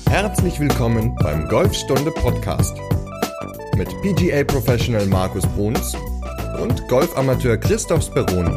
Herzlich willkommen beim Golfstunde Podcast mit PGA Professional Markus Bruns und Golfamateur Christoph Speroni.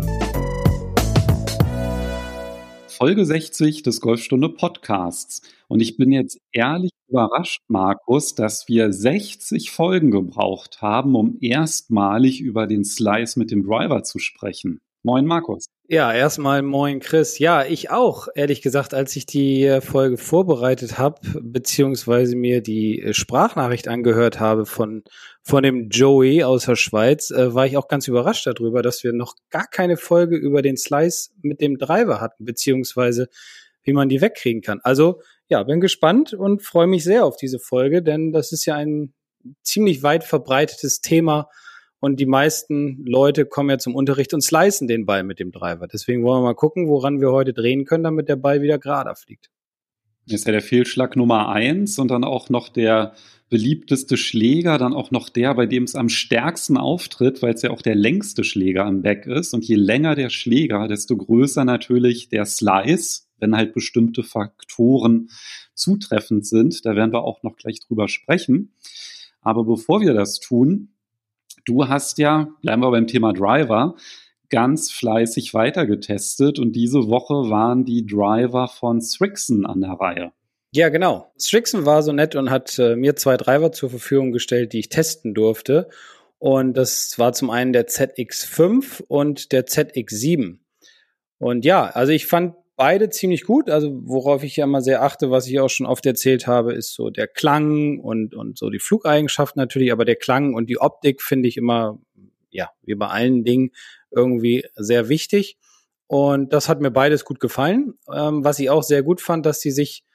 Folge 60 des Golfstunde Podcasts. Und ich bin jetzt ehrlich überrascht, Markus, dass wir 60 Folgen gebraucht haben, um erstmalig über den Slice mit dem Driver zu sprechen. Moin, Markus. Ja, erstmal moin, Chris. Ja, ich auch, ehrlich gesagt, als ich die Folge vorbereitet habe, beziehungsweise mir die Sprachnachricht angehört habe von dem Joey aus der Schweiz, war ich auch ganz überrascht darüber, dass wir noch gar keine Folge über den Slice mit dem Driver hatten, beziehungsweise wie man die wegkriegen kann. Also, ja, bin gespannt und freue mich sehr auf diese Folge, denn das ist ja ein ziemlich weit verbreitetes Thema. Und die meisten Leute kommen ja zum Unterricht und slicen den Ball mit dem Driver. Deswegen wollen wir mal gucken, woran wir heute drehen können, damit der Ball wieder gerader fliegt. Das ist ja der Fehlschlag Nummer 1 und dann auch noch der beliebteste Schläger, dann auch noch der, bei dem es am stärksten auftritt, weil es ja auch der längste Schläger am Back ist. Und je länger der Schläger, desto größer natürlich der Slice, wenn halt bestimmte Faktoren zutreffend sind. Da werden wir auch noch gleich drüber sprechen. Aber bevor wir das tun, du hast ja, bleiben wir beim Thema Driver, ganz fleißig weitergetestet und diese Woche waren die Driver von Srixon an der Reihe. Ja, genau. Srixon war so nett und hat mir 2 Driver zur Verfügung gestellt, die ich testen durfte. Und das war zum einen der ZX5 und der ZX7. Und ja, also ich fand beide ziemlich gut. Also worauf ich ja immer sehr achte, was ich auch schon oft erzählt habe, ist so der Klang und so die Flugeigenschaften natürlich. Aber der Klang und die Optik finde ich immer, ja, wie bei allen Dingen irgendwie sehr wichtig. Und das hat mir beides gut gefallen. Was ich auch sehr gut fand, dass sie sich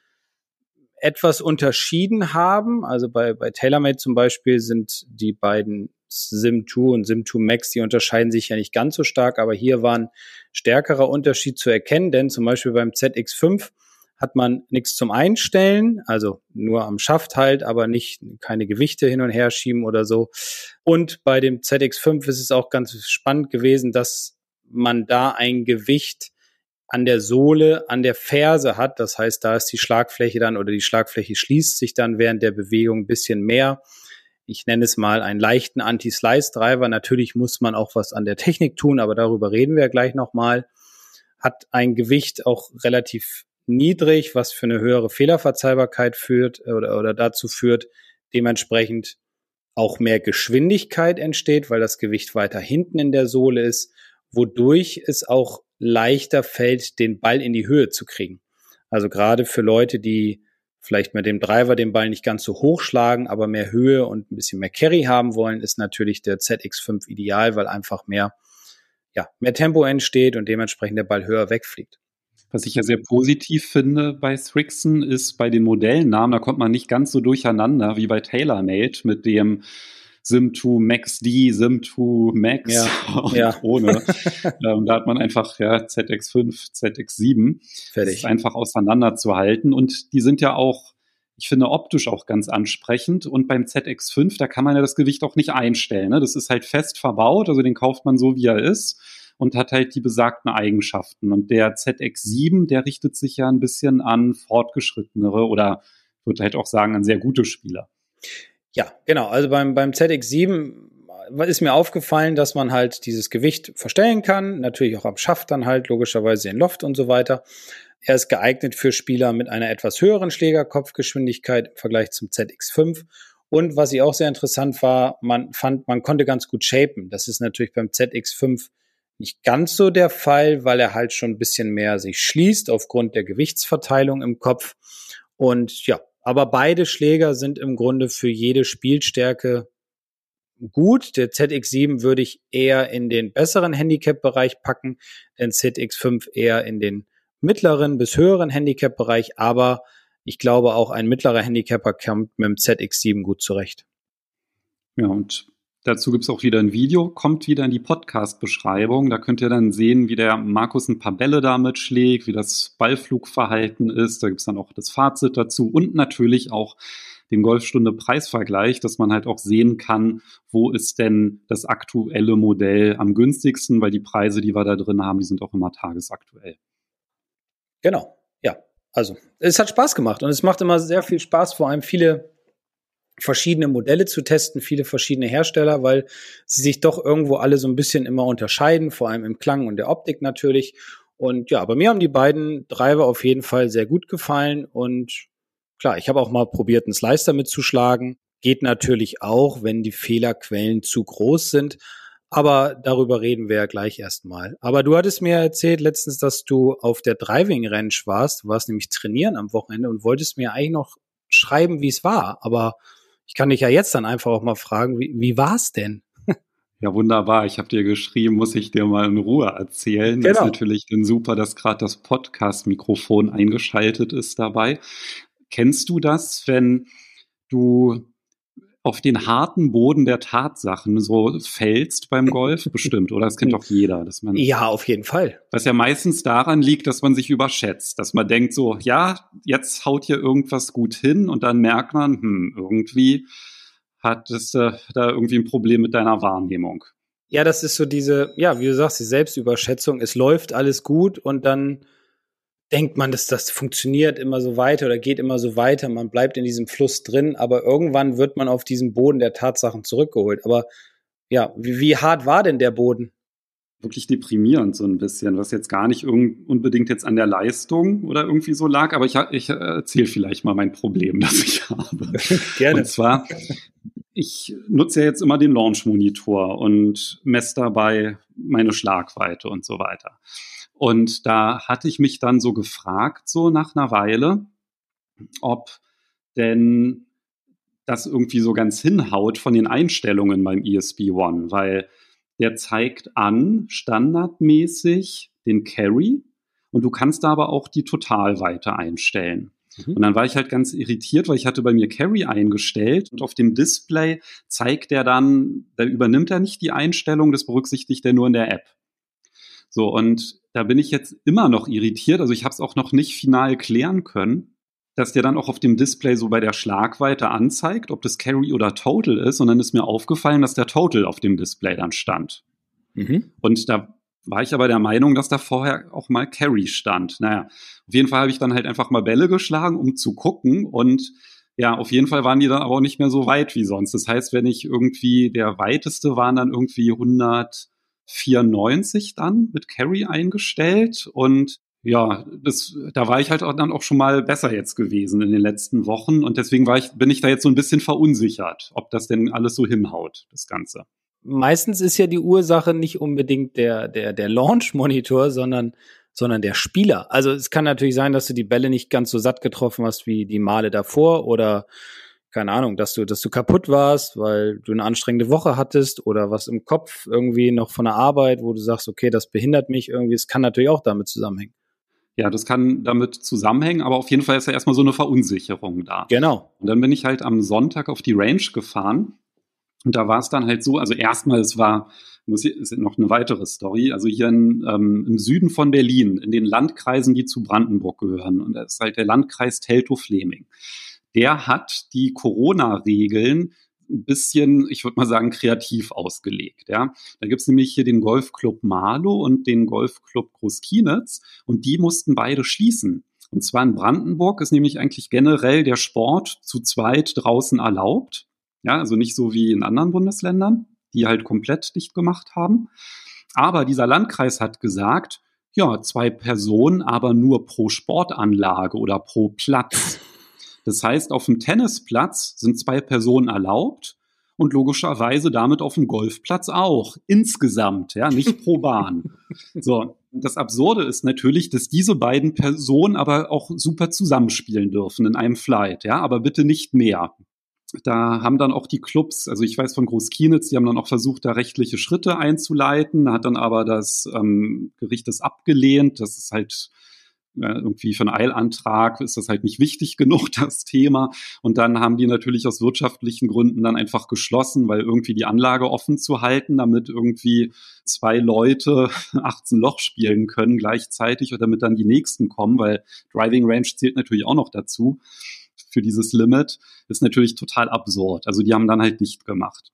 etwas unterschieden haben. Also bei TaylorMade zum Beispiel sind die beiden Sim 2 und Sim 2 Max, die unterscheiden sich ja nicht ganz so stark, aber hier war ein stärkerer Unterschied zu erkennen, denn zum Beispiel beim ZX5 hat man nichts zum Einstellen, also nur am Schaft halt, aber keine Gewichte hin und her schieben oder so. Und bei dem ZX5 ist es auch ganz spannend gewesen, dass man da ein Gewicht an der Sohle, an der Ferse hat. Das heißt, da ist die Schlagfläche dann oder die Schlagfläche schließt sich dann während der Bewegung ein bisschen mehr. Ich nenne es mal einen leichten Anti-Slice-Driver. Natürlich muss man auch was an der Technik tun, aber darüber reden wir gleich nochmal. Hat ein Gewicht auch relativ niedrig, was für eine höhere Fehlerverzeihbarkeit führt oder dazu führt, dementsprechend auch mehr Geschwindigkeit entsteht, weil das Gewicht weiter hinten in der Sohle ist, wodurch es auch leichter fällt, den Ball in die Höhe zu kriegen. Also gerade für Leute, die vielleicht mit dem Driver den Ball nicht ganz so hoch schlagen, aber mehr Höhe und ein bisschen mehr Carry haben wollen, ist natürlich der ZX5 ideal, weil einfach mehr Tempo entsteht und dementsprechend der Ball höher wegfliegt. Was ich ja sehr positiv finde bei Srixon ist bei den Modellennamen, da kommt man nicht ganz so durcheinander wie bei TaylorMade mit dem Sim 2 Max D, Sim 2 Max ohne. Da hat man einfach ZX5, ZX7. Fertig. Das ist einfach auseinanderzuhalten. Und die sind ja auch, ich finde, optisch auch ganz ansprechend. Und beim ZX5, da kann man ja das Gewicht auch nicht einstellen. Ne? Das ist halt fest verbaut, also den kauft man so, wie er ist und hat halt die besagten Eigenschaften. Und der ZX7, der richtet sich ja ein bisschen an fortgeschrittenere oder ich würde halt auch sagen, an sehr gute Spieler. Ja, genau. Also beim ZX7 ist mir aufgefallen, dass man halt dieses Gewicht verstellen kann. Natürlich auch am Schaft dann halt, logischerweise in Loft und so weiter. Er ist geeignet für Spieler mit einer etwas höheren Schlägerkopfgeschwindigkeit im Vergleich zum ZX5. Und was ich auch sehr interessant war, man konnte ganz gut shapen. Das ist natürlich beim ZX5 nicht ganz so der Fall, weil er halt schon ein bisschen mehr sich schließt aufgrund der Gewichtsverteilung im Kopf. Und ja, aber beide Schläger sind im Grunde für jede Spielstärke gut. Der ZX7 würde ich eher in den besseren Handicap-Bereich packen, den ZX5 eher in den mittleren bis höheren Handicap-Bereich. Aber ich glaube, auch ein mittlerer Handicapper kommt mit dem ZX7 gut zurecht. Ja, und dazu gibt es auch wieder ein Video, kommt wieder in die Podcast-Beschreibung. Da könnt ihr dann sehen, wie der Markus ein paar Bälle damit schlägt, wie das Ballflugverhalten ist. Da gibt es dann auch das Fazit dazu und natürlich auch den Golfstunde-Preisvergleich, dass man halt auch sehen kann, wo ist denn das aktuelle Modell am günstigsten, weil die Preise, die wir da drin haben, die sind auch immer tagesaktuell. Genau, ja. Also, es hat Spaß gemacht und es macht immer sehr viel Spaß, vor allem viele verschiedene Modelle zu testen, viele verschiedene Hersteller, weil sie sich doch irgendwo alle so ein bisschen immer unterscheiden, vor allem im Klang und der Optik natürlich. Und ja, bei mir haben die beiden Driver auf jeden Fall sehr gut gefallen und klar, ich habe auch mal probiert, einen Slicer mitzuschlagen. Geht natürlich auch, wenn die Fehlerquellen zu groß sind. Aber darüber reden wir ja gleich erstmal. Aber du hattest mir erzählt letztens, dass du auf der Driving Range warst. Du warst nämlich trainieren am Wochenende und wolltest mir eigentlich noch schreiben, wie es war. Aber ich kann dich ja jetzt dann einfach auch mal fragen, wie war es denn? Ja, wunderbar. Ich habe dir geschrieben, muss ich dir mal in Ruhe erzählen. Das ist natürlich dann super, dass gerade das Podcast-Mikrofon eingeschaltet ist dabei. Kennst du das, wenn du auf den harten Boden der Tatsachen so fällst beim Golf? Bestimmt, oder? Das kennt doch jeder. Dass man, Ja, auf jeden Fall. was ja meistens daran liegt, dass man sich überschätzt. Dass man denkt so, ja, jetzt haut hier irgendwas gut hin und dann merkt man, irgendwie hat es da irgendwie ein Problem mit deiner Wahrnehmung. Ja, das ist so diese, ja, wie du sagst, die Selbstüberschätzung. Es läuft alles gut und dann denkt man, dass das funktioniert immer so weiter oder geht immer so weiter. Man bleibt in diesem Fluss drin, aber irgendwann wird man auf diesen Boden der Tatsachen zurückgeholt. Aber ja, wie hart war denn der Boden? Wirklich deprimierend so ein bisschen, was jetzt gar nicht unbedingt jetzt an der Leistung oder irgendwie so lag, aber ich erzähle vielleicht mal mein Problem, das ich habe. Gerne. Und zwar, ich nutze ja jetzt immer den Launch-Monitor und messe dabei meine Schlagweite und so weiter. Und da hatte ich mich dann so gefragt, so nach einer Weile, ob denn das irgendwie so ganz hinhaut von den Einstellungen beim ESP-One, weil der zeigt an, standardmäßig den Carry und du kannst da aber auch die Totalweite einstellen. Und dann war ich halt ganz irritiert, weil ich hatte bei mir Carry eingestellt und auf dem Display zeigt er dann, da übernimmt er nicht die Einstellung, das berücksichtigt er nur in der App. So, und da bin ich jetzt immer noch irritiert, also ich habe es auch noch nicht final klären können, dass der dann auch auf dem Display so bei der Schlagweite anzeigt, ob das Carry oder Total ist. Und dann ist mir aufgefallen, dass der Total auf dem Display dann stand. Und da war ich aber der Meinung, dass da vorher auch mal Carry stand. Naja, auf jeden Fall habe ich dann halt einfach mal Bälle geschlagen, um zu gucken. Und ja, auf jeden Fall waren die dann aber auch nicht mehr so weit wie sonst. Das heißt, wenn ich irgendwie, der weiteste waren dann irgendwie 194 dann mit Carry eingestellt und ja, da war ich halt auch dann auch schon mal besser jetzt gewesen in den letzten Wochen und deswegen bin ich da jetzt so ein bisschen verunsichert, ob das denn alles so hinhaut, das Ganze. Meistens ist ja die Ursache nicht unbedingt der Launch-Monitor, sondern der Spieler. Also es kann natürlich sein, dass du die Bälle nicht ganz so satt getroffen hast wie die Male davor oder keine Ahnung, dass du kaputt warst, weil du eine anstrengende Woche hattest oder was im Kopf irgendwie noch von der Arbeit, wo du sagst, okay, das behindert mich irgendwie. Es kann natürlich auch damit zusammenhängen. Ja, das kann damit zusammenhängen, aber auf jeden Fall ist ja erstmal so eine Verunsicherung da. Genau. Und dann bin ich halt am Sonntag auf die Range gefahren und da war es dann halt so, also erstmal, ist noch eine weitere Story, also hier im Süden von Berlin, in den Landkreisen, die zu Brandenburg gehören, und das ist halt der Landkreis Teltow-Fläming. Der hat die Corona-Regeln ein bisschen, ich würde mal sagen, kreativ ausgelegt. Ja. Da gibt's nämlich hier den Golfclub Marlow und den Golfclub Großkienitz und die mussten beide schließen. Und zwar in Brandenburg ist nämlich eigentlich generell der Sport zu zweit draußen erlaubt. Ja, also nicht so wie in anderen Bundesländern, die halt komplett dicht gemacht haben. Aber dieser Landkreis hat gesagt, ja, 2 Personen, aber nur pro Sportanlage oder pro Platz. Das heißt, auf dem Tennisplatz sind 2 Personen erlaubt und logischerweise damit auf dem Golfplatz auch. Insgesamt, ja, nicht pro Bahn. So, das Absurde ist natürlich, dass diese beiden Personen aber auch super zusammenspielen dürfen in einem Flight, ja, aber bitte nicht mehr. Da haben dann auch die Clubs, also ich weiß von Großkienitz, die haben dann auch versucht, da rechtliche Schritte einzuleiten, hat dann aber das Gericht das abgelehnt. Das ist halt irgendwie für einen Eilantrag ist das halt nicht wichtig genug, das Thema. Und dann haben die natürlich aus wirtschaftlichen Gründen dann einfach geschlossen, weil irgendwie die Anlage offen zu halten, damit irgendwie 2 Leute 18 Loch spielen können gleichzeitig oder damit dann die nächsten kommen, weil Driving Range zählt natürlich auch noch dazu für dieses Limit, ist natürlich total absurd. Also die haben dann halt nicht gemacht.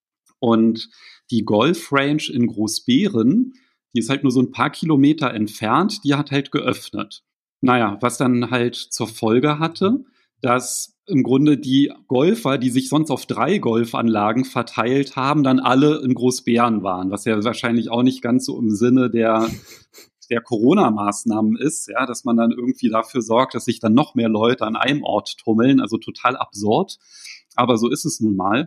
Und die Golf Range in Großbeeren, die ist halt nur so ein paar Kilometer entfernt, die hat halt geöffnet. Naja, was dann halt zur Folge hatte, dass im Grunde die Golfer, die sich sonst auf 3 Golfanlagen verteilt haben, dann alle in Großbeeren waren, was ja wahrscheinlich auch nicht ganz so im Sinne der Corona-Maßnahmen ist, ja, dass man dann irgendwie dafür sorgt, dass sich dann noch mehr Leute an einem Ort tummeln, also total absurd. Aber so ist es nun mal.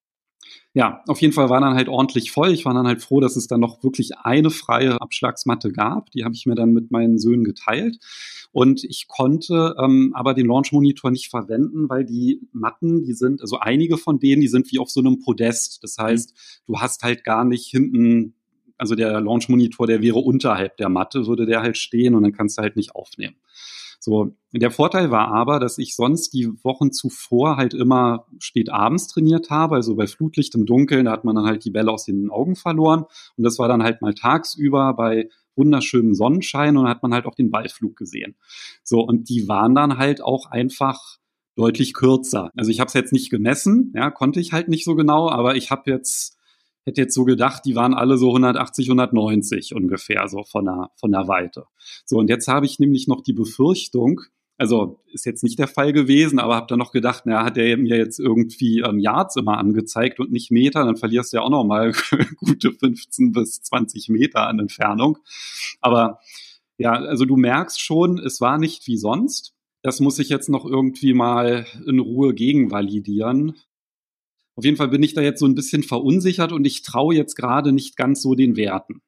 Ja, auf jeden Fall war dann halt ordentlich voll. Ich war dann halt froh, dass es dann noch wirklich eine freie Abschlagsmatte gab. Die habe ich mir dann mit meinen Söhnen geteilt. Und ich konnte aber den Launch Monitor nicht verwenden, weil die Matten, die sind, also einige von denen, die sind wie auf so einem Podest. Das heißt, du hast halt gar nicht hinten, also der Launch Monitor, der wäre unterhalb der Matte, würde der halt stehen und dann kannst du halt nicht aufnehmen. So, der Vorteil war aber, dass ich sonst die Wochen zuvor halt immer spät abends trainiert habe, also bei Flutlicht im Dunkeln, da hat man dann halt die Bälle aus den Augen verloren und das war dann halt mal tagsüber bei wunderschönem Sonnenschein und dann hat man halt auch den Ballflug gesehen. So, und die waren dann halt auch einfach deutlich kürzer. Also ich habe es jetzt nicht gemessen, ja, konnte ich halt nicht so genau, aber ich hätte jetzt so gedacht, die waren alle so 180, 190 ungefähr, so von der Weite. So, und jetzt habe ich nämlich noch die Befürchtung, also ist jetzt nicht der Fall gewesen, aber habe dann noch gedacht, na, hat der mir jetzt irgendwie Yards immer angezeigt und nicht Meter, dann verlierst du ja auch noch mal gute 15 bis 20 Meter an Entfernung. Aber ja, also du merkst schon, es war nicht wie sonst. Das muss ich jetzt noch irgendwie mal in Ruhe gegenvalidieren. Auf jeden Fall bin ich da jetzt so ein bisschen verunsichert und ich traue jetzt gerade nicht ganz so den Werten.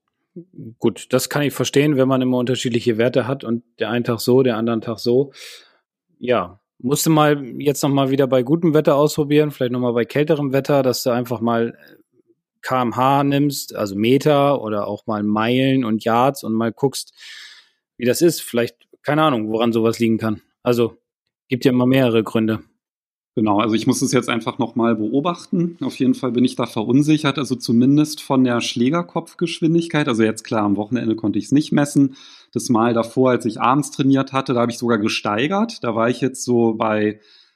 Gut, das kann ich verstehen, wenn man immer unterschiedliche Werte hat und der einen Tag so, der anderen Tag so. Ja, musst du mal jetzt nochmal wieder bei gutem Wetter ausprobieren, vielleicht nochmal bei kälterem Wetter, dass du einfach mal kmh nimmst, also Meter oder auch mal Meilen und Yards und mal guckst, wie das ist. Vielleicht, keine Ahnung, woran sowas liegen kann. Also, gibt ja immer mehrere Gründe. Genau, also ich muss es jetzt einfach nochmal beobachten. Auf jeden Fall bin ich da verunsichert, also zumindest von der Schlägerkopfgeschwindigkeit. Also jetzt klar, am Wochenende konnte ich es nicht messen. Das Mal davor, als ich abends trainiert hatte, da habe ich sogar gesteigert. Da war ich jetzt so bei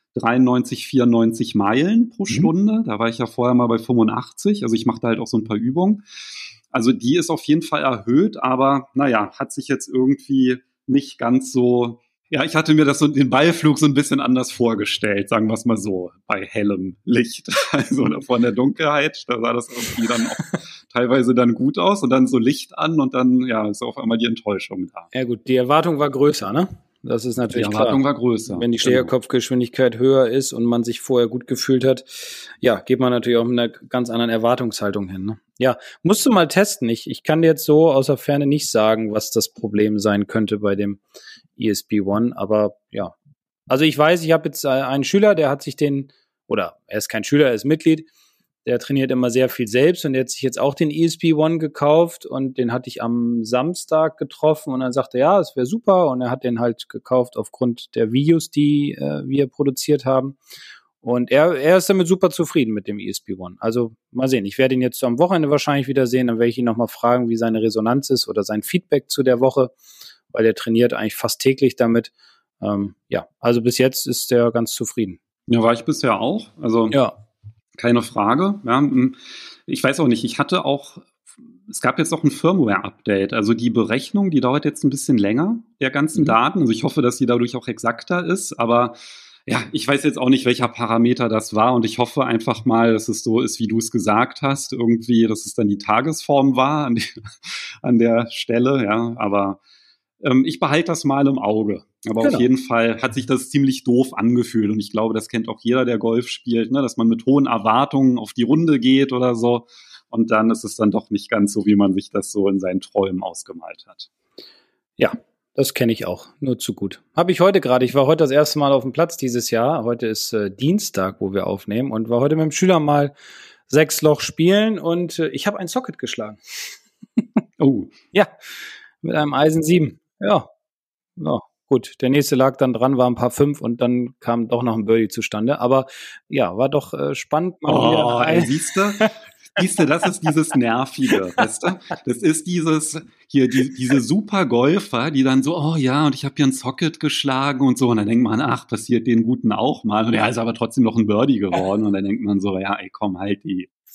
93, 94 Meilen pro Stunde. Da war ich ja vorher mal bei 85. Also ich mache da halt auch so ein paar Übungen. Also die ist auf jeden Fall erhöht, aber naja, hat sich jetzt irgendwie nicht ganz so... Ja, ich hatte mir den Ballflug so ein bisschen anders vorgestellt, sagen wir es mal so, bei hellem Licht. Also von der Dunkelheit, da sah das irgendwie dann auch teilweise dann gut aus und dann so Licht an und dann, ja, ist auf einmal die Enttäuschung da. Ja gut, die Erwartung war größer, ne? Das ist natürlich klar. Die Erwartung war größer. Wenn die Schlägerkopfgeschwindigkeit höher ist und man sich vorher gut gefühlt hat, ja, geht man natürlich auch mit einer ganz anderen Erwartungshaltung hin, ne? Ja, musst du mal testen. Ich kann dir jetzt so aus der Ferne nicht sagen, was das Problem sein könnte bei dem ESP-1, aber ja. Also ich weiß, ich habe jetzt einen Schüler, der hat sich er ist kein Schüler, er ist Mitglied, der trainiert immer sehr viel selbst und der hat sich jetzt auch den ESP-1 gekauft und den hatte ich am Samstag getroffen und dann sagte er, ja, es wäre super und er hat den halt gekauft aufgrund der Videos, die wir produziert haben und er ist damit super zufrieden mit dem ESP-1. Also mal sehen, ich werde ihn jetzt am Wochenende wahrscheinlich wieder sehen, dann werde ich ihn nochmal fragen, wie seine Resonanz ist oder sein Feedback zu der Woche, weil der trainiert eigentlich fast täglich damit. Ja, also bis jetzt ist der ganz zufrieden. Ja, war ich bisher auch. Also ja. Keine Frage. Ja, ich weiß auch nicht, es gab jetzt auch ein Firmware-Update. Also die Berechnung, die dauert jetzt ein bisschen länger, der ganzen Daten. Also ich hoffe, dass die dadurch auch exakter ist. Aber ja, ich weiß jetzt auch nicht, welcher Parameter das war. Und ich hoffe einfach mal, dass es so ist, wie du es gesagt hast. Irgendwie, dass es dann die Tagesform war an der Stelle. Ja, aber ich behalte das mal im Auge. Aber genau. Auf jeden Fall hat sich das ziemlich doof angefühlt. Und ich glaube, das kennt auch jeder, der Golf spielt, ne? Dass man mit hohen Erwartungen auf die Runde geht oder so. Und dann ist es dann doch nicht ganz so, wie man sich das so in seinen Träumen ausgemalt hat. Ja, das kenne ich auch. Nur zu gut. Ich war heute das erste Mal auf dem Platz dieses Jahr. Heute ist Dienstag, wo wir aufnehmen. Und war heute mit dem Schüler mal 6 Loch spielen. Und ich habe ein Socket geschlagen. Oh. Ja, mit einem Eisen 7. Ja. Gut, der nächste lag dann dran, war ein paar 5 und dann kam doch noch ein Birdie zustande. Aber ja, war doch spannend. Siehst du, das ist dieses Nervige, weißt du? Das ist diese super Golfer, die dann so, oh ja, und ich habe hier ein Socket geschlagen und so. Und dann denkt man, ach, passiert den Guten auch mal. Und er ist aber trotzdem noch ein Birdie geworden. Und dann denkt man so, ja, ey, komm, halt die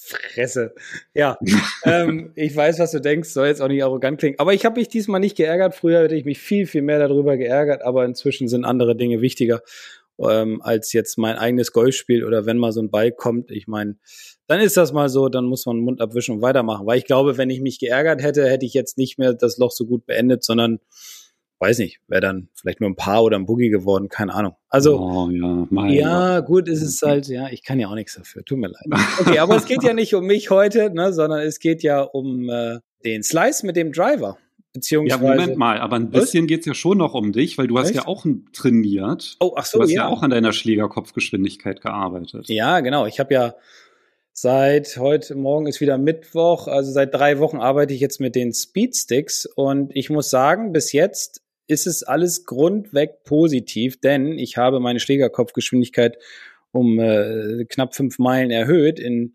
Fresse. Ja, ich weiß, was du denkst, soll jetzt auch nicht arrogant klingen. Aber ich habe mich diesmal nicht geärgert. Früher hätte ich mich viel, viel mehr darüber geärgert. Aber inzwischen sind andere Dinge wichtiger als jetzt mein eigenes Golfspiel. Oder wenn mal so ein Ball kommt, ich meine, dann ist das mal so, dann muss man den Mund abwischen und weitermachen. Weil ich glaube, wenn ich mich geärgert hätte, hätte ich jetzt nicht mehr das Loch so gut beendet, sondern weiß nicht, wäre dann vielleicht nur ein Paar oder ein Boogie geworden, keine Ahnung. Also, ja, gut, es ist halt, ja, ich kann ja auch nichts dafür, tut mir leid. Okay, aber es geht ja nicht um mich heute, ne, sondern es geht ja um den Slice mit dem Driver. Beziehungsweise, ja, Moment mal, aber ein bisschen geht's ja schon noch um dich, weil du hast ja auch trainiert. Oh, ach so, du hast ja auch an deiner Schlägerkopfgeschwindigkeit gearbeitet. Ja, genau, ich habe ja seit heute Morgen ist wieder Mittwoch, also seit 3 Wochen arbeite ich jetzt mit den Speedsticks und ich muss sagen, bis jetzt ist es alles grundweg positiv, denn ich habe meine Schlägerkopfgeschwindigkeit um knapp 5 Meilen erhöht in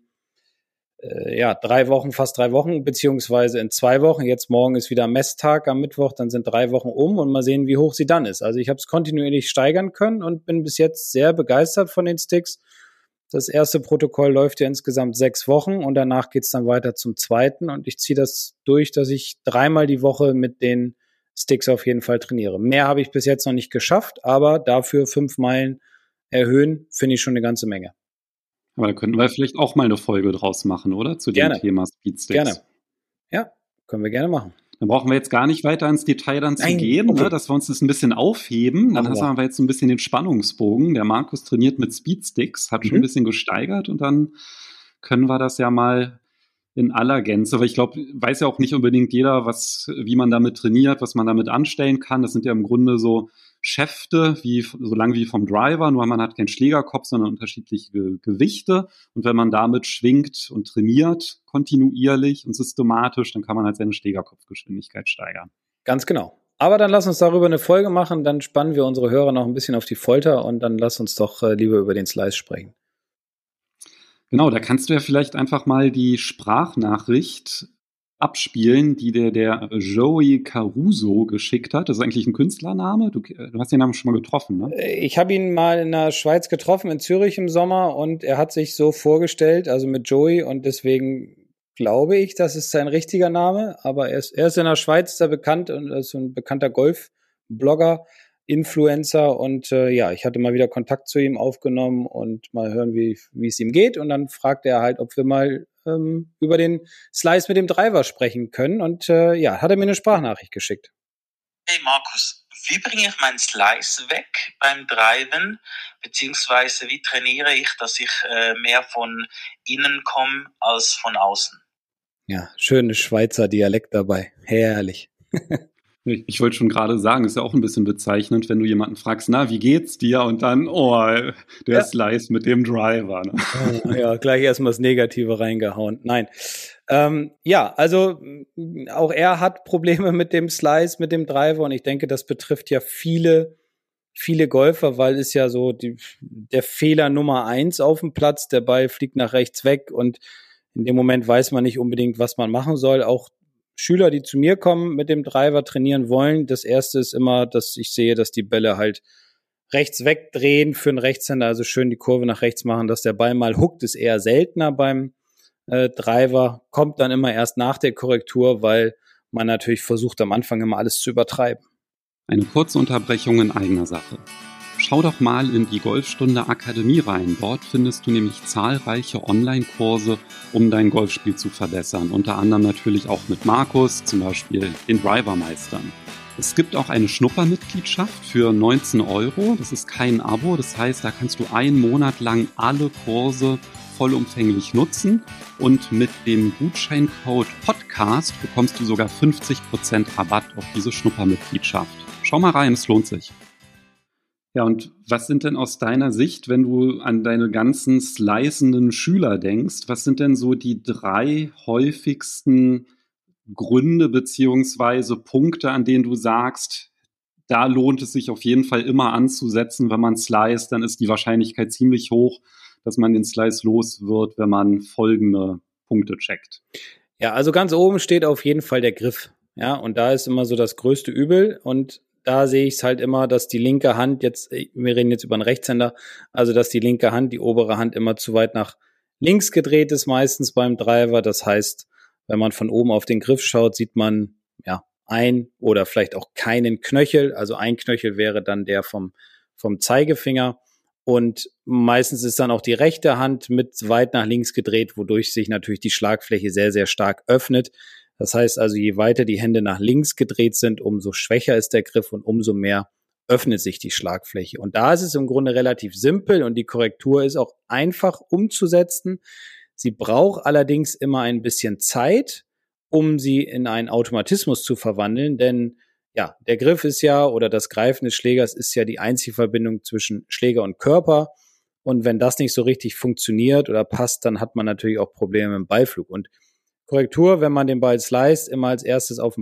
3 Wochen, fast 3 Wochen, beziehungsweise in 2 Wochen. Jetzt morgen ist wieder Messtag am Mittwoch, dann sind 3 Wochen um und mal sehen, wie hoch sie dann ist. Also ich habe es kontinuierlich steigern können und bin bis jetzt sehr begeistert von den Sticks. Das erste Protokoll läuft ja insgesamt 6 Wochen und danach geht's dann weiter zum zweiten und ich ziehe das durch, dass ich 3-mal die Woche mit den Sticks auf jeden Fall trainiere. Mehr habe ich bis jetzt noch nicht geschafft, aber dafür 5 Meilen erhöhen, finde ich schon eine ganze Menge. Aber da könnten wir vielleicht auch mal eine Folge draus machen, oder? Zu dem Thema Speedsticks. Gerne. Ja, können wir gerne machen. Dann brauchen wir jetzt gar nicht weiter ins Detail dann zu gehen, okay. Ne, dass wir uns das ein bisschen aufheben. Dann haben wir jetzt so ein bisschen den Spannungsbogen. Der Markus trainiert mit Speedsticks, hat schon ein bisschen gesteigert und dann können wir das ja mal in aller Gänze, weil ich glaube, weiß ja auch nicht unbedingt jeder, wie man damit trainiert, was man damit anstellen kann. Das sind ja im Grunde so Schäfte, so lang wie vom Driver, nur man hat keinen Schlägerkopf, sondern unterschiedliche Gewichte. Und wenn man damit schwingt und trainiert, kontinuierlich und systematisch, dann kann man halt seine Schlägerkopfgeschwindigkeit steigern. Ganz genau. Aber dann lass uns darüber eine Folge machen, dann spannen wir unsere Hörer noch ein bisschen auf die Folter und dann lass uns doch lieber über den Slice sprechen. Genau, da kannst du ja vielleicht einfach mal die Sprachnachricht abspielen, die der Joey Caruso geschickt hat. Das ist eigentlich ein Künstlername. Du hast den Namen schon mal getroffen, ne? Ich habe ihn mal in der Schweiz getroffen, in Zürich im Sommer und er hat sich so vorgestellt, also mit Joey und deswegen glaube ich, das ist sein richtiger Name, aber er ist in der Schweiz sehr bekannt und ist ein bekannter Golf-Blogger, Influencer und ich hatte mal wieder Kontakt zu ihm aufgenommen und mal hören, wie es ihm geht und dann fragt er halt, ob wir mal über den Slice mit dem Driver sprechen können und hat er mir eine Sprachnachricht geschickt. Hey Markus, wie bringe ich meinen Slice weg beim Driven, beziehungsweise wie trainiere ich, dass ich mehr von innen komme als von außen? Ja, schönes Schweizer Dialekt dabei, herrlich. Ich wollte schon gerade sagen, ist ja auch ein bisschen bezeichnend, wenn du jemanden fragst, na, wie geht's dir? Und dann, der Slice mit dem Driver. Ne? Ja, gleich erstmal das Negative reingehauen. Nein. Also auch er hat Probleme mit dem Slice, mit dem Driver und ich denke, das betrifft ja viele Golfer, weil es ja so der Fehler Nummer 1 auf dem Platz, der Ball fliegt nach rechts weg und in dem Moment weiß man nicht unbedingt, was man machen soll. Auch Schüler, die zu mir kommen, mit dem Driver trainieren wollen. Das erste ist immer, dass ich sehe, dass die Bälle halt rechts wegdrehen für einen Rechtshänder, also schön die Kurve nach rechts machen, dass der Ball mal hookt, ist eher seltener beim Driver, kommt dann immer erst nach der Korrektur, weil man natürlich versucht, am Anfang immer alles zu übertreiben. Eine kurze Unterbrechung in eigener Sache. Schau doch mal in die Golfstunde Akademie rein. Dort findest du nämlich zahlreiche Online-Kurse, um dein Golfspiel zu verbessern. Unter anderem natürlich auch mit Markus, zum Beispiel den Driver-Meistern. Es gibt auch eine Schnuppermitgliedschaft für 19 €. Das ist kein Abo, das heißt, da kannst du einen Monat lang alle Kurse vollumfänglich nutzen. Und mit dem Gutscheincode Podcast bekommst du sogar 50% Rabatt auf diese Schnuppermitgliedschaft. Schau mal rein, es lohnt sich. Ja, und was sind denn aus deiner Sicht, wenn du an deine ganzen slicenden Schüler denkst, was sind denn so die 3 häufigsten Gründe beziehungsweise Punkte, an denen du sagst, da lohnt es sich auf jeden Fall immer anzusetzen, wenn man sliced, dann ist die Wahrscheinlichkeit ziemlich hoch, dass man den Slice los wird, wenn man folgende Punkte checkt. Ja, also ganz oben steht auf jeden Fall der Griff. Ja, und da ist immer so das größte Übel und da sehe ich es halt immer, dass die linke Hand wir reden jetzt über einen Rechtshänder, also dass die linke Hand, die obere Hand immer zu weit nach links gedreht ist meistens beim Driver. Das heißt, wenn man von oben auf den Griff schaut, sieht man ja ein oder vielleicht auch keinen Knöchel. Also ein Knöchel wäre dann der vom Zeigefinger. Und meistens ist dann auch die rechte Hand mit weit nach links gedreht, wodurch sich natürlich die Schlagfläche sehr, sehr stark öffnet. Das heißt also, je weiter die Hände nach links gedreht sind, umso schwächer ist der Griff und umso mehr öffnet sich die Schlagfläche. Und da ist es im Grunde relativ simpel und die Korrektur ist auch einfach umzusetzen. Sie braucht allerdings immer ein bisschen Zeit, um sie in einen Automatismus zu verwandeln, denn ja, der Griff ist ja oder das Greifen des Schlägers ist ja die einzige Verbindung zwischen Schläger und Körper. Und wenn das nicht so richtig funktioniert oder passt, dann hat man natürlich auch Probleme im Ballflug. Und Korrektur, wenn man den Ball sliced, immer als erstes auf den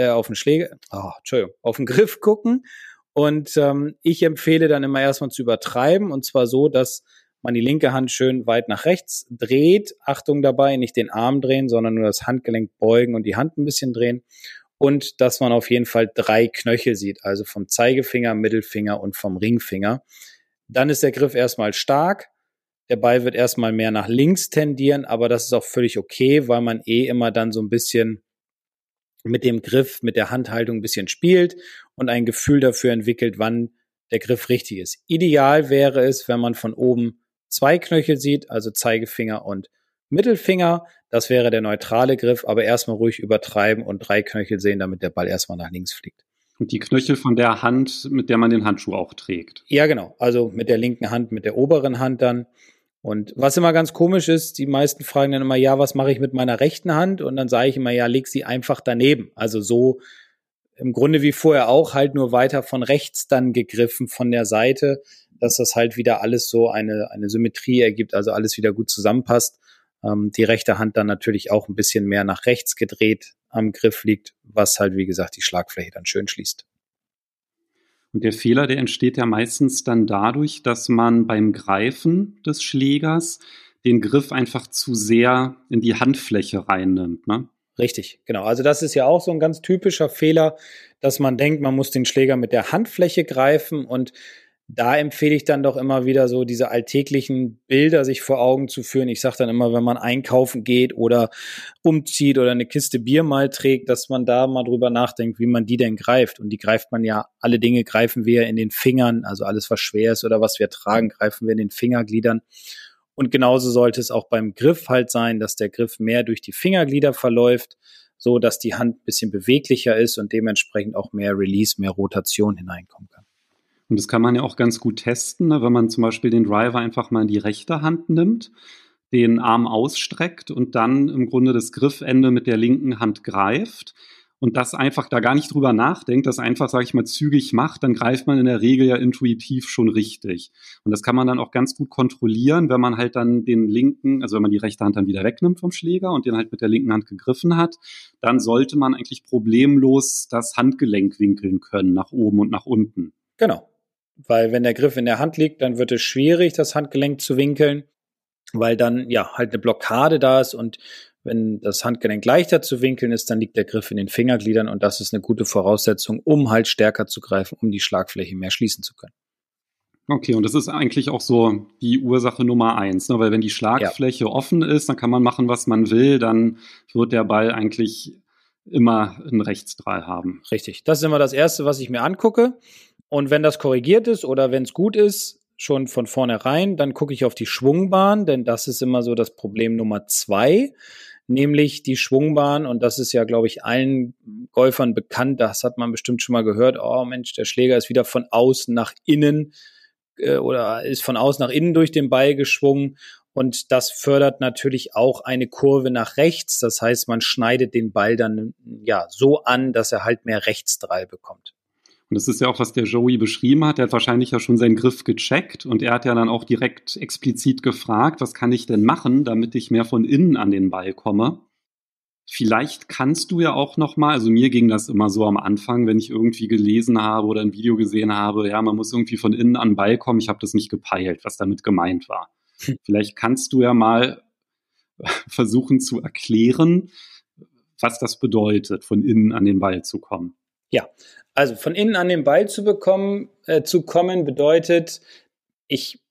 auf den Griff gucken. Und ich empfehle dann immer erstmal zu übertreiben und zwar so, dass man die linke Hand schön weit nach rechts dreht. Achtung dabei, nicht den Arm drehen, sondern nur das Handgelenk beugen und die Hand ein bisschen drehen. Und dass man auf jeden Fall 3 Knöchel sieht, also vom Zeigefinger, Mittelfinger und vom Ringfinger. Dann ist der Griff erstmal stark. Der Ball wird erstmal mehr nach links tendieren, aber das ist auch völlig okay, weil man immer dann so ein bisschen mit dem Griff, mit der Handhaltung ein bisschen spielt und ein Gefühl dafür entwickelt, wann der Griff richtig ist. Ideal wäre es, wenn man von oben 2 Knöchel sieht, also Zeigefinger und Mittelfinger. Das wäre der neutrale Griff, aber erstmal ruhig übertreiben und 3 Knöchel sehen, damit der Ball erstmal nach links fliegt. Und die Knöchel von der Hand, mit der man den Handschuh auch trägt. Ja, genau. Also mit der linken Hand, mit der oberen Hand dann. Und was immer ganz komisch ist, die meisten fragen dann immer, ja, was mache ich mit meiner rechten Hand? Und dann sage ich immer, ja, leg sie einfach daneben. Also so im Grunde wie vorher auch, halt nur weiter von rechts dann gegriffen von der Seite, dass das halt wieder alles so eine Symmetrie ergibt, also alles wieder gut zusammenpasst. Die rechte Hand dann natürlich auch ein bisschen mehr nach rechts gedreht am Griff liegt, was halt, wie gesagt, die Schlagfläche dann schön schließt. Und der Fehler, der entsteht ja meistens dann dadurch, dass man beim Greifen des Schlägers den Griff einfach zu sehr in die Handfläche reinnimmt, ne? Richtig, genau. Also das ist ja auch so ein ganz typischer Fehler, dass man denkt, man muss den Schläger mit der Handfläche greifen und da empfehle ich dann doch immer wieder so diese alltäglichen Bilder sich vor Augen zu führen. Ich sage dann immer, wenn man einkaufen geht oder umzieht oder eine Kiste Bier mal trägt, dass man da mal drüber nachdenkt, wie man die denn greift. Und die greift man ja, alle Dinge greifen wir in den Fingern, also alles, was schwer ist oder was wir tragen, greifen wir in den Fingergliedern. Und genauso sollte es auch beim Griff halt sein, dass der Griff mehr durch die Fingerglieder verläuft, so dass die Hand ein bisschen beweglicher ist und dementsprechend auch mehr Release, mehr Rotation hineinkommen kann. Und das kann man ja auch ganz gut testen, ne? Wenn man zum Beispiel den Driver einfach mal in die rechte Hand nimmt, den Arm ausstreckt und dann im Grunde das Griffende mit der linken Hand greift und das einfach da gar nicht drüber nachdenkt, das einfach, sage ich mal, zügig macht, dann greift man in der Regel ja intuitiv schon richtig. Und das kann man dann auch ganz gut kontrollieren, wenn man halt dann den linken, also wenn man die rechte Hand dann wieder wegnimmt vom Schläger und den halt mit der linken Hand gegriffen hat, dann sollte man eigentlich problemlos das Handgelenk winkeln können, nach oben und nach unten. Genau. Weil wenn der Griff in der Hand liegt, dann wird es schwierig, das Handgelenk zu winkeln, weil dann ja halt eine Blockade da ist und wenn das Handgelenk leichter zu winkeln ist, dann liegt der Griff in den Fingergliedern und das ist eine gute Voraussetzung, um halt stärker zu greifen, um die Schlagfläche mehr schließen zu können. Okay, und das ist eigentlich auch so die Ursache Nummer 1, ne? Weil wenn die Schlagfläche offen ist, dann kann man machen, was man will, dann wird der Ball eigentlich immer einen Rechtsdrall haben. Richtig, das ist immer das Erste, was ich mir angucke. Und wenn das korrigiert ist oder wenn es gut ist, schon von vornherein, dann gucke ich auf die Schwungbahn, denn das ist immer so das Problem Nummer 2, nämlich die Schwungbahn. Und das ist ja, glaube ich, allen Golfern bekannt. Das hat man bestimmt schon mal gehört. Oh Mensch, der Schläger ist wieder von außen nach innen oder ist von außen nach innen durch den Ball geschwungen. Und das fördert natürlich auch eine Kurve nach rechts. Das heißt, man schneidet den Ball dann ja so an, dass er halt mehr Rechtsdrall bekommt. Und das ist ja auch, was der Joey beschrieben hat. Er hat wahrscheinlich ja schon seinen Griff gecheckt und er hat ja dann auch direkt explizit gefragt, was kann ich denn machen, damit ich mehr von innen an den Ball komme. Vielleicht kannst du ja auch nochmal, also mir ging das immer so am Anfang, wenn ich irgendwie gelesen habe oder ein Video gesehen habe, ja, man muss irgendwie von innen an den Ball kommen. Ich habe das nicht gepeilt, was damit gemeint war. Vielleicht kannst du ja mal versuchen zu erklären, was das bedeutet, von innen an den Ball zu kommen. Ja, also von innen an den Ball zu kommen bedeutet, ich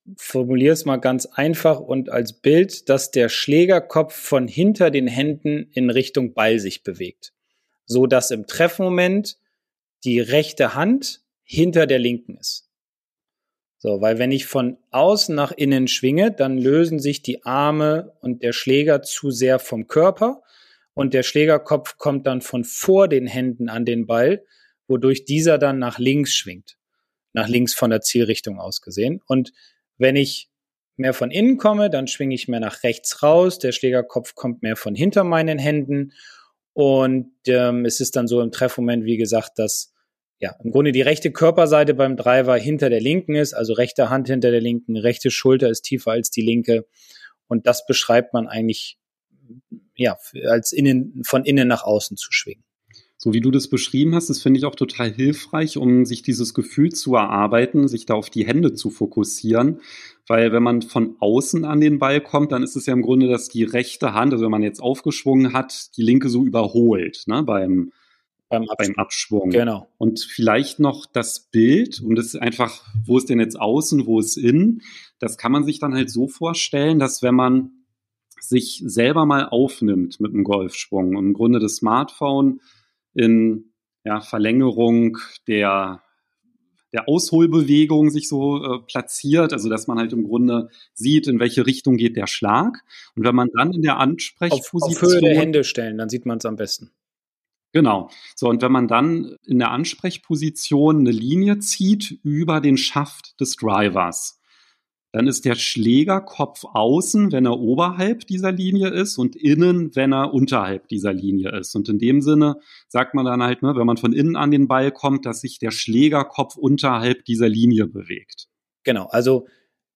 formuliere es mal ganz einfach und als Bild, dass der Schlägerkopf von hinter den Händen in Richtung Ball sich bewegt, so dass im Treffmoment die rechte Hand hinter der linken ist. So, weil wenn ich von außen nach innen schwinge, dann lösen sich die Arme und der Schläger zu sehr vom Körper und der Schlägerkopf kommt dann von vor den Händen an den Ball, wodurch dieser dann nach links schwingt. Nach links von der Zielrichtung aus gesehen. Und wenn ich mehr von innen komme, dann schwinge ich mehr nach rechts raus. Der Schlägerkopf kommt mehr von hinter meinen Händen. Und es ist dann so im Treffmoment, wie gesagt, dass im Grunde die rechte Körperseite beim Driver hinter der linken ist, also rechte Hand hinter der linken, rechte Schulter ist tiefer als die linke. Und das beschreibt man eigentlich, als von innen nach außen zu schwingen. So wie du das beschrieben hast, das finde ich auch total hilfreich, um sich dieses Gefühl zu erarbeiten, sich da auf die Hände zu fokussieren. Weil wenn man von außen an den Ball kommt, dann ist es ja im Grunde, dass die rechte Hand, also wenn man jetzt aufgeschwungen hat, die linke so überholt, ne, beim Abschwung. Genau. Und vielleicht noch das Bild, und das ist einfach, wo ist denn jetzt außen, wo ist innen, das kann man sich dann halt so vorstellen, dass wenn man sich selber mal aufnimmt mit einem Golfschwung, im Grunde das Smartphone in Verlängerung der Ausholbewegung sich so platziert, also dass man halt im Grunde sieht, in welche Richtung geht der Schlag. Und wenn man dann in der Ansprechposition auf Höhe der Hände stellen, dann sieht man es am besten. Genau. So, und wenn man dann in der Ansprechposition eine Linie zieht über den Schaft des Drivers, dann ist der Schlägerkopf außen, wenn er oberhalb dieser Linie ist, und innen, wenn er unterhalb dieser Linie ist. Und in dem Sinne sagt man dann halt, ne, wenn man von innen an den Ball kommt, dass sich der Schlägerkopf unterhalb dieser Linie bewegt. Genau, also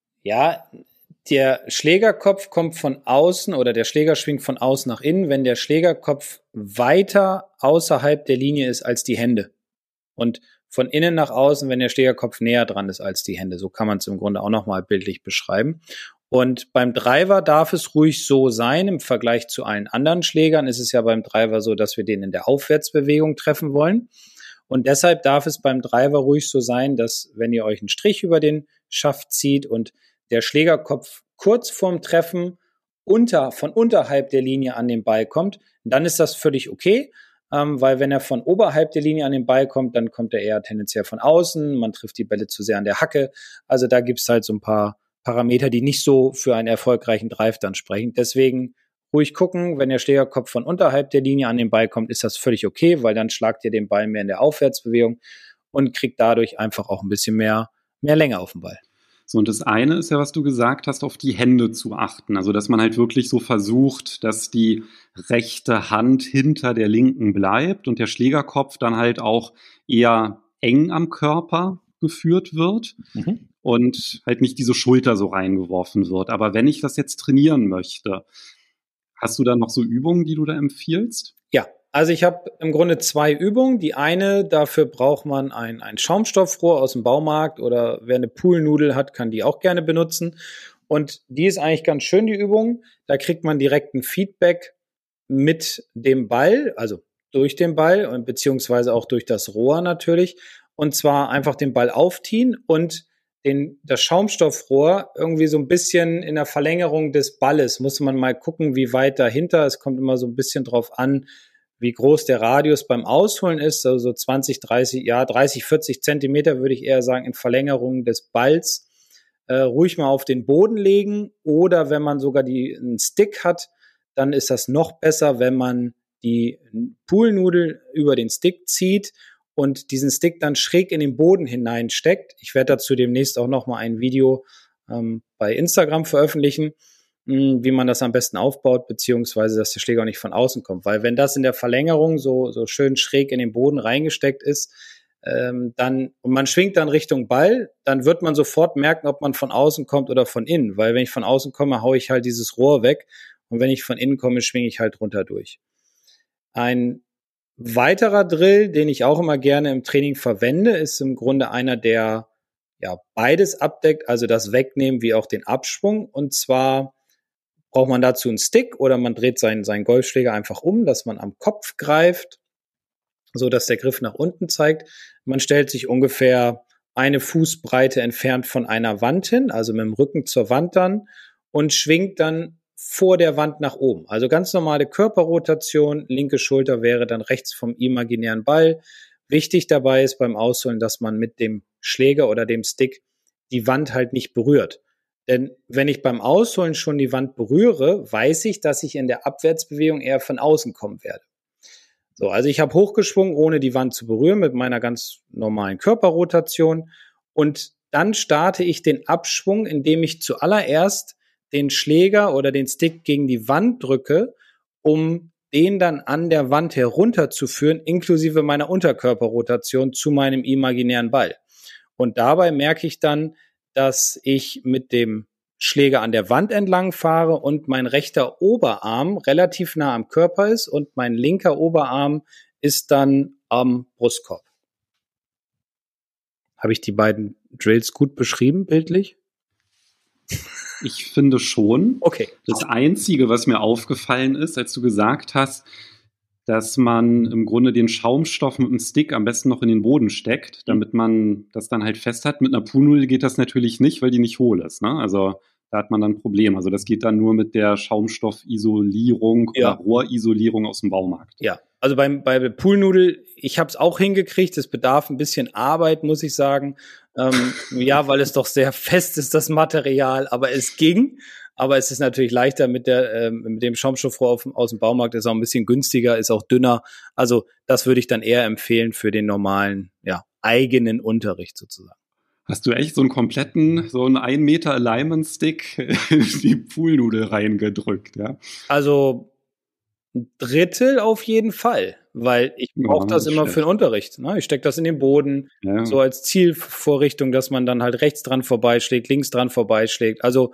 der Schlägerkopf kommt von außen oder der Schläger schwingt von außen nach innen, wenn der Schlägerkopf weiter außerhalb der Linie ist als die Hände. Und von innen nach außen, wenn der Schlägerkopf näher dran ist als die Hände. So kann man es im Grunde auch nochmal bildlich beschreiben. Und beim Driver darf es ruhig so sein. Im Vergleich zu allen anderen Schlägern ist es ja beim Driver so, dass wir den in der Aufwärtsbewegung treffen wollen. Und deshalb darf es beim Driver ruhig so sein, dass wenn ihr euch einen Strich über den Schaft zieht und der Schlägerkopf kurz vorm Treffen von unterhalb der Linie an den Ball kommt, dann ist das völlig okay, weil wenn er von oberhalb der Linie an den Ball kommt, dann kommt er eher tendenziell von außen, man trifft die Bälle zu sehr an der Hacke, also da gibt es halt so ein paar Parameter, die nicht so für einen erfolgreichen Drive dann sprechen. Deswegen ruhig gucken, wenn der Schlägerkopf von unterhalb der Linie an den Ball kommt, ist das völlig okay, weil dann schlagt ihr den Ball mehr in der Aufwärtsbewegung und kriegt dadurch einfach auch ein bisschen mehr Länge auf den Ball. So, und das eine ist ja, was du gesagt hast, auf die Hände zu achten. Also, dass man halt wirklich so versucht, dass die rechte Hand hinter der linken bleibt und der Schlägerkopf dann halt auch eher eng am Körper geführt wird und halt nicht diese Schulter so reingeworfen wird. Aber wenn ich das jetzt trainieren möchte, hast du da noch so Übungen, die du da empfiehlst? Ja, also ich habe im Grunde 2 Übungen. Die eine, dafür braucht man ein Schaumstoffrohr aus dem Baumarkt oder wer eine Poolnudel hat, kann die auch gerne benutzen. Und die ist eigentlich ganz schön, die Übung. Da kriegt man direkt ein Feedback mit dem Ball, also durch den Ball und beziehungsweise auch durch das Rohr natürlich. Und zwar einfach den Ball aufziehen und das Schaumstoffrohr irgendwie so ein bisschen in der Verlängerung des Balles. Muss man mal gucken, wie weit dahinter. Es kommt immer so ein bisschen drauf an, wie groß der Radius beim Ausholen ist. Also 20, 30, 40 Zentimeter würde ich eher sagen, in Verlängerung des Balls. Ruhig mal auf den Boden legen oder wenn man sogar einen Stick hat, dann ist das noch besser, wenn man die Poolnudel über den Stick zieht und diesen Stick dann schräg in den Boden hineinsteckt. Ich werde dazu demnächst auch noch mal ein Video bei Instagram veröffentlichen, wie man das am besten aufbaut, beziehungsweise dass der Schläger auch nicht von außen kommt. Weil wenn das in der Verlängerung so schön schräg in den Boden reingesteckt ist, und man schwingt dann Richtung Ball, dann wird man sofort merken, ob man von außen kommt oder von innen. Weil wenn ich von außen komme, haue ich halt dieses Rohr weg und wenn ich von innen komme, schwinge ich halt runter durch. Ein weiterer Drill, den ich auch immer gerne im Training verwende, ist im Grunde einer, der beides abdeckt, also das Wegnehmen wie auch den Abschwung. Und zwar braucht man dazu einen Stick oder man dreht seinen Golfschläger einfach um, dass man am Kopf greift, so dass der Griff nach unten zeigt. Man stellt sich ungefähr eine Fußbreite entfernt von einer Wand hin, also mit dem Rücken zur Wand dann, und schwingt dann vor der Wand nach oben. Also ganz normale Körperrotation, linke Schulter wäre dann rechts vom imaginären Ball. Wichtig dabei ist beim Ausholen, dass man mit dem Schläger oder dem Stick die Wand halt nicht berührt. Denn wenn ich beim Ausholen schon die Wand berühre, weiß ich, dass ich in der Abwärtsbewegung eher von außen kommen werde. So, also ich habe hochgeschwungen, ohne die Wand zu berühren, mit meiner ganz normalen Körperrotation. Und dann starte ich den Abschwung, indem ich zuallererst den Schläger oder den Stick gegen die Wand drücke, um den dann an der Wand herunterzuführen, inklusive meiner Unterkörperrotation zu meinem imaginären Ball. Und dabei merke ich dann, dass ich mit dem Schläger an der Wand entlang fahre und mein rechter Oberarm relativ nah am Körper ist und mein linker Oberarm ist dann am Brustkorb. Habe ich die beiden Drills gut beschrieben, bildlich? Ich finde schon. Okay. Das Einzige, was mir aufgefallen ist, als du gesagt hast, dass man im Grunde den Schaumstoff mit dem Stick am besten noch in den Boden steckt, damit man das dann halt fest hat. Mit einer Poolnudel geht das natürlich nicht, weil die nicht hohl ist, ne? Also da hat man dann ein Problem. Also das geht dann nur mit der Schaumstoffisolierung oder Rohrisolierung aus dem Baumarkt. Ja, also bei der Poolnudel, ich habe es auch hingekriegt. Es bedarf ein bisschen Arbeit, muss ich sagen. Weil es doch sehr fest ist, das Material, aber es ging. Aber es ist natürlich leichter mit dem Schaumstoffrohr aus dem Baumarkt, ist auch ein bisschen günstiger, ist auch dünner. Also das würde ich dann eher empfehlen für den normalen, eigenen Unterricht sozusagen. Hast du echt so einen 1 Meter Alignment-Stick in die Poolnudel reingedrückt, ja? Also ein Drittel auf jeden Fall, weil ich brauche das immer für den Unterricht. Ne? Ich stecke das in den Boden, so als Zielvorrichtung, dass man dann halt rechts dran vorbeischlägt, links dran vorbeischlägt. Also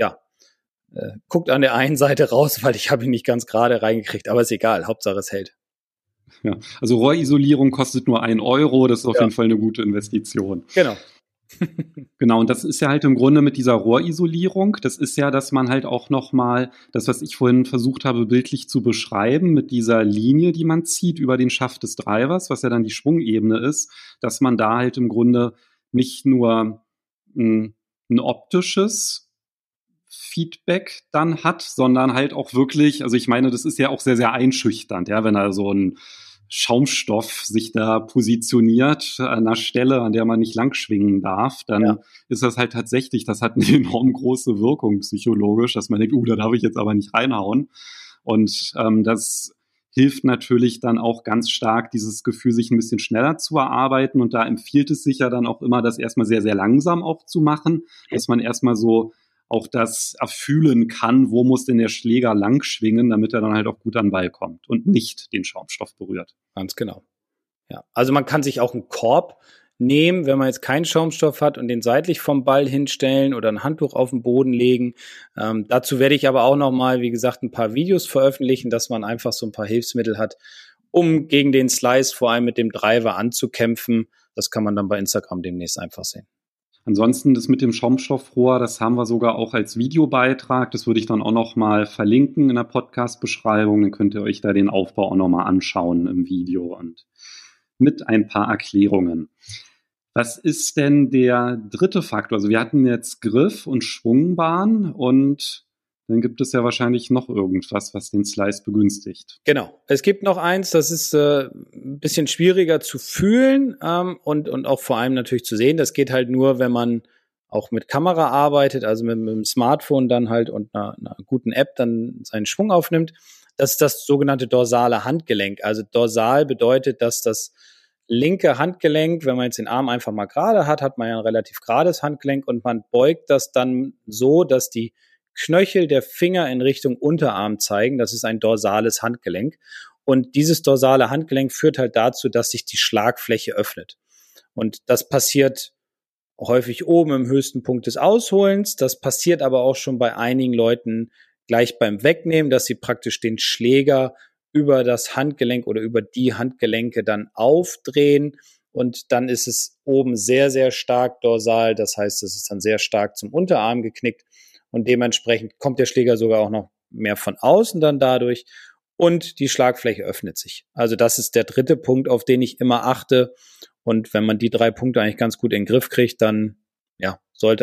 guckt an der einen Seite raus, weil ich habe ihn nicht ganz gerade reingekriegt, aber ist egal, Hauptsache es hält. Ja, also Rohrisolierung kostet nur 1 Euro, das ist auf jeden Fall eine gute Investition. Genau. Genau, und das ist ja halt im Grunde mit dieser Rohrisolierung, das ist ja, dass man halt auch nochmal, das, was ich vorhin versucht habe, bildlich zu beschreiben, mit dieser Linie, die man zieht über den Schaft des Drivers, was ja dann die Schwungebene ist, dass man da halt im Grunde nicht nur ein optisches Feedback dann hat, sondern halt auch wirklich, also ich meine, das ist ja auch sehr, sehr einschüchternd, ja, wenn da so ein Schaumstoff sich da positioniert an einer Stelle, an der man nicht langschwingen darf, dann ist das halt tatsächlich, das hat eine enorm große Wirkung psychologisch, dass man denkt, da darf ich jetzt aber nicht reinhauen. Und das hilft natürlich dann auch ganz stark, dieses Gefühl sich ein bisschen schneller zu erarbeiten. Und da empfiehlt es sich ja dann auch immer, das erstmal sehr, sehr langsam auch zu machen, dass man erstmal so auch das erfühlen kann, wo muss denn der Schläger lang schwingen, damit er dann halt auch gut an den Ball kommt und nicht den Schaumstoff berührt. Ganz genau. Ja, also man kann sich auch einen Korb nehmen, wenn man jetzt keinen Schaumstoff hat und den seitlich vom Ball hinstellen oder ein Handtuch auf den Boden legen. Dazu werde ich aber auch nochmal, wie gesagt, ein paar Videos veröffentlichen, dass man einfach so ein paar Hilfsmittel hat, um gegen den Slice vor allem mit dem Driver anzukämpfen. Das kann man dann bei Instagram demnächst einfach sehen. Ansonsten das mit dem Schaumstoffrohr, das haben wir sogar auch als Videobeitrag. Das würde ich dann auch noch mal verlinken in der Podcast-Beschreibung. Dann könnt ihr euch da den Aufbau auch noch mal anschauen im Video und mit ein paar Erklärungen. Was ist denn der dritte Faktor? Also wir hatten jetzt Griff und Schwungbahn und dann gibt es ja wahrscheinlich noch irgendwas, was den Slice begünstigt. Genau. Es gibt noch eins, das ist ein bisschen schwieriger zu fühlen und auch vor allem natürlich zu sehen. Das geht halt nur, wenn man auch mit Kamera arbeitet, also mit dem Smartphone dann halt und einer guten App dann seinen Schwung aufnimmt. Das ist das sogenannte dorsale Handgelenk. Also dorsal bedeutet, dass das linke Handgelenk, wenn man jetzt den Arm einfach mal gerade hat, hat man ja ein relativ gerades Handgelenk und man beugt das dann so, dass die Knöchel der Finger in Richtung Unterarm zeigen. Das ist ein dorsales Handgelenk. Und dieses dorsale Handgelenk führt halt dazu, dass sich die Schlagfläche öffnet. Und das passiert häufig oben im höchsten Punkt des Ausholens. Das passiert aber auch schon bei einigen Leuten gleich beim Wegnehmen, dass sie praktisch den Schläger über das Handgelenk oder über die Handgelenke dann aufdrehen. Und dann ist es oben sehr, sehr stark dorsal. Das heißt, es ist dann sehr stark zum Unterarm geknickt. Und dementsprechend kommt der Schläger sogar auch noch mehr von außen dann dadurch und die Schlagfläche öffnet sich. Also das ist der dritte Punkt, auf den ich immer achte. Und wenn man die 3 Punkte eigentlich ganz gut in den Griff kriegt, dann sollte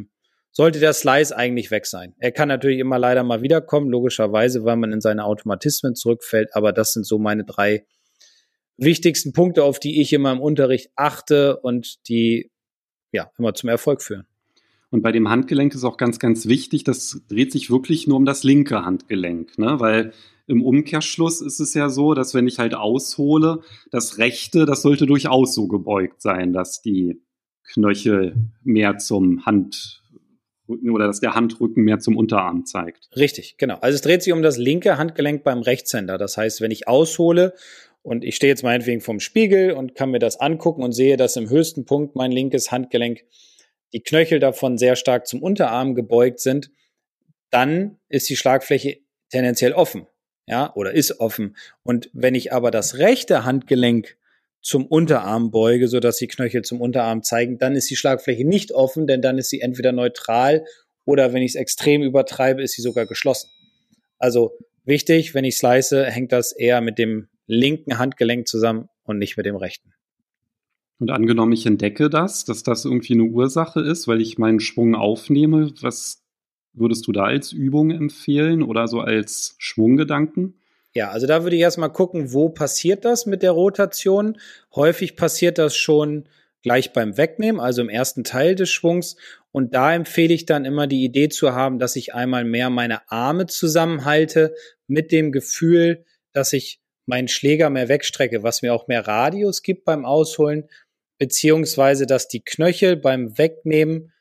der Slice eigentlich weg sein. Er kann natürlich immer leider mal wiederkommen, logischerweise, weil man in seine Automatismen zurückfällt, aber das sind so meine 3 wichtigsten Punkte, auf die ich immer im Unterricht achte und die immer zum Erfolg führen. Und bei dem Handgelenk ist auch ganz, ganz wichtig, das dreht sich wirklich nur um das linke Handgelenk, ne? Weil im Umkehrschluss ist es ja so, dass wenn ich halt aushole, das rechte, das sollte durchaus so gebeugt sein, dass die Knöchel mehr zum Handrücken oder dass der Handrücken mehr zum Unterarm zeigt. Richtig, genau. Also es dreht sich um das linke Handgelenk beim Rechtshänder. Das heißt, wenn ich aushole und ich stehe jetzt meinetwegen vorm Spiegel und kann mir das angucken und sehe, dass im höchsten Punkt mein linkes Handgelenk, die Knöchel davon sehr stark zum Unterarm gebeugt sind, dann ist die Schlagfläche tendenziell offen, oder ist offen. Und wenn ich aber das rechte Handgelenk zum Unterarm beuge, sodass die Knöchel zum Unterarm zeigen, dann ist die Schlagfläche nicht offen, denn dann ist sie entweder neutral oder wenn ich es extrem übertreibe, ist sie sogar geschlossen. Also wichtig, wenn ich slice, hängt das eher mit dem linken Handgelenk zusammen und nicht mit dem rechten. Und angenommen, ich entdecke dass das irgendwie eine Ursache ist, weil ich meinen Schwung aufnehme, was würdest du da als Übung empfehlen oder so als Schwunggedanken? Ja, also da würde ich erstmal gucken, wo passiert das mit der Rotation. Häufig passiert das schon gleich beim Wegnehmen, also im ersten Teil des Schwungs. Und da empfehle ich dann immer die Idee zu haben, dass ich einmal mehr meine Arme zusammenhalte mit dem Gefühl, dass ich meinen Schläger mehr wegstrecke, was mir auch mehr Radius gibt beim Ausholen, beziehungsweise dass die Knöchel beim Wegnehmen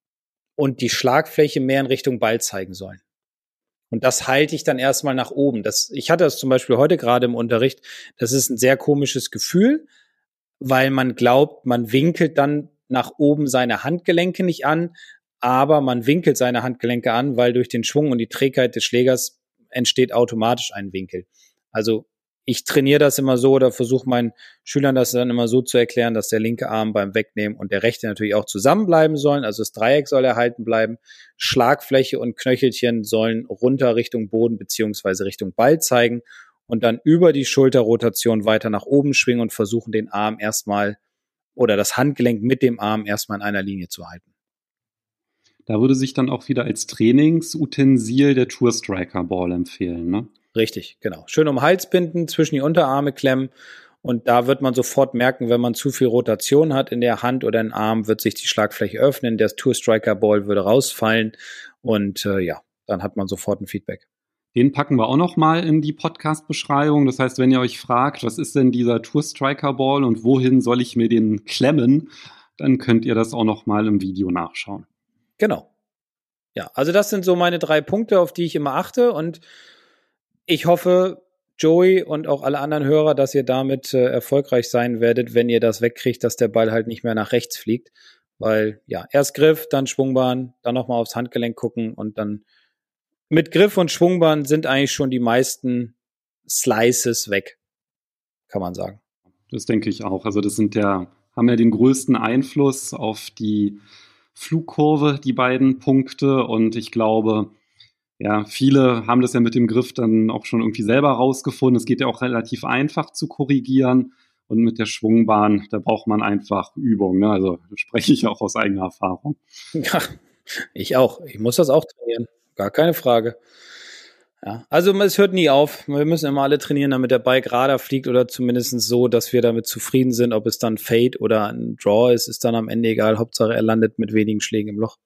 und die Schlagfläche mehr in Richtung Ball zeigen sollen. Und das halte ich dann erstmal nach oben. Ich hatte das zum Beispiel heute gerade im Unterricht. Das ist ein sehr komisches Gefühl, weil man glaubt, man winkelt dann nach oben seine Handgelenke nicht an, aber man winkelt seine Handgelenke an, weil durch den Schwung und die Trägheit des Schlägers entsteht automatisch ein Winkel. Also ich trainiere das immer so oder versuche meinen Schülern das dann immer so zu erklären, dass der linke Arm beim Wegnehmen und der rechte natürlich auch zusammenbleiben sollen. Also das Dreieck soll erhalten bleiben. Schlagfläche und Knöchelchen sollen runter Richtung Boden beziehungsweise Richtung Ball zeigen und dann über die Schulterrotation weiter nach oben schwingen und versuchen, den Arm erstmal oder das Handgelenk mit dem Arm erstmal in einer Linie zu halten. Da würde sich dann auch wieder als Trainingsutensil der Tour Striker Ball empfehlen, ne? Richtig, genau. Schön um den Hals binden, zwischen die Unterarme klemmen und da wird man sofort merken, wenn man zu viel Rotation hat in der Hand oder im Arm, wird sich die Schlagfläche öffnen, der Tour Striker Ball würde rausfallen und dann hat man sofort ein Feedback. Den packen wir auch noch mal in die Podcast-Beschreibung. Das heißt, wenn ihr euch fragt, was ist denn dieser Tour Striker Ball und wohin soll ich mir den klemmen, dann könnt ihr das auch noch mal im Video nachschauen. Genau. Ja, also das sind so meine 3 Punkte, auf die ich immer achte und ich hoffe, Joey und auch alle anderen Hörer, dass ihr damit erfolgreich sein werdet, wenn ihr das wegkriegt, dass der Ball halt nicht mehr nach rechts fliegt. Weil, erst Griff, dann Schwungbahn, dann nochmal aufs Handgelenk gucken und dann mit Griff und Schwungbahn sind eigentlich schon die meisten Slices weg, kann man sagen. Das denke ich auch. Also das haben ja den größten Einfluss auf die Flugkurve, die beiden Punkte und ich glaube, viele haben das ja mit dem Griff dann auch schon irgendwie selber rausgefunden. Es geht ja auch relativ einfach zu korrigieren. Und mit der Schwungbahn, da braucht man einfach Übung. Ne? Also da spreche ich auch aus eigener Erfahrung. Ja, ich auch. Ich muss das auch trainieren. Gar keine Frage. Ja, also es hört nie auf. Wir müssen immer alle trainieren, damit der Ball gerader fliegt oder zumindest so, dass wir damit zufrieden sind. Ob es dann Fade oder ein Draw ist dann am Ende egal. Hauptsache er landet mit wenigen Schlägen im Loch.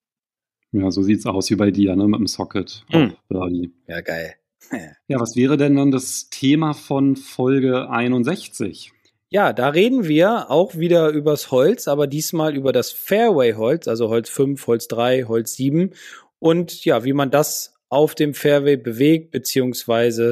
Ja, so sieht's aus wie bei dir, ne, mit dem Socket. Birdie. Ja, geil. Ja, was wäre denn dann das Thema von Folge 61? Ja, da reden wir auch wieder übers Holz, aber diesmal über das Fairway-Holz, also Holz 5, Holz 3, Holz 7 und wie man das auf dem Fairway bewegt, beziehungsweise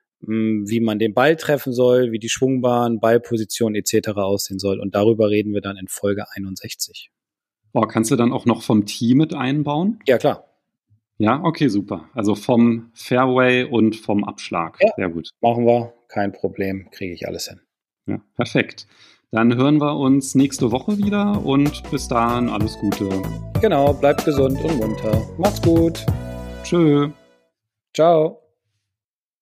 wie man den Ball treffen soll, wie die Schwungbahn, Ballposition etc. aussehen soll und darüber reden wir dann in Folge 61. Kannst du dann auch noch vom Tee mit einbauen? Ja, klar. Ja, okay, super. Also vom Fairway und vom Abschlag. Ja, sehr gut. Machen wir, kein Problem, kriege ich alles hin. Ja, perfekt. Dann hören wir uns nächste Woche wieder und bis dahin alles Gute. Genau, bleibt gesund und munter. Macht's gut. Tschö. Ciao.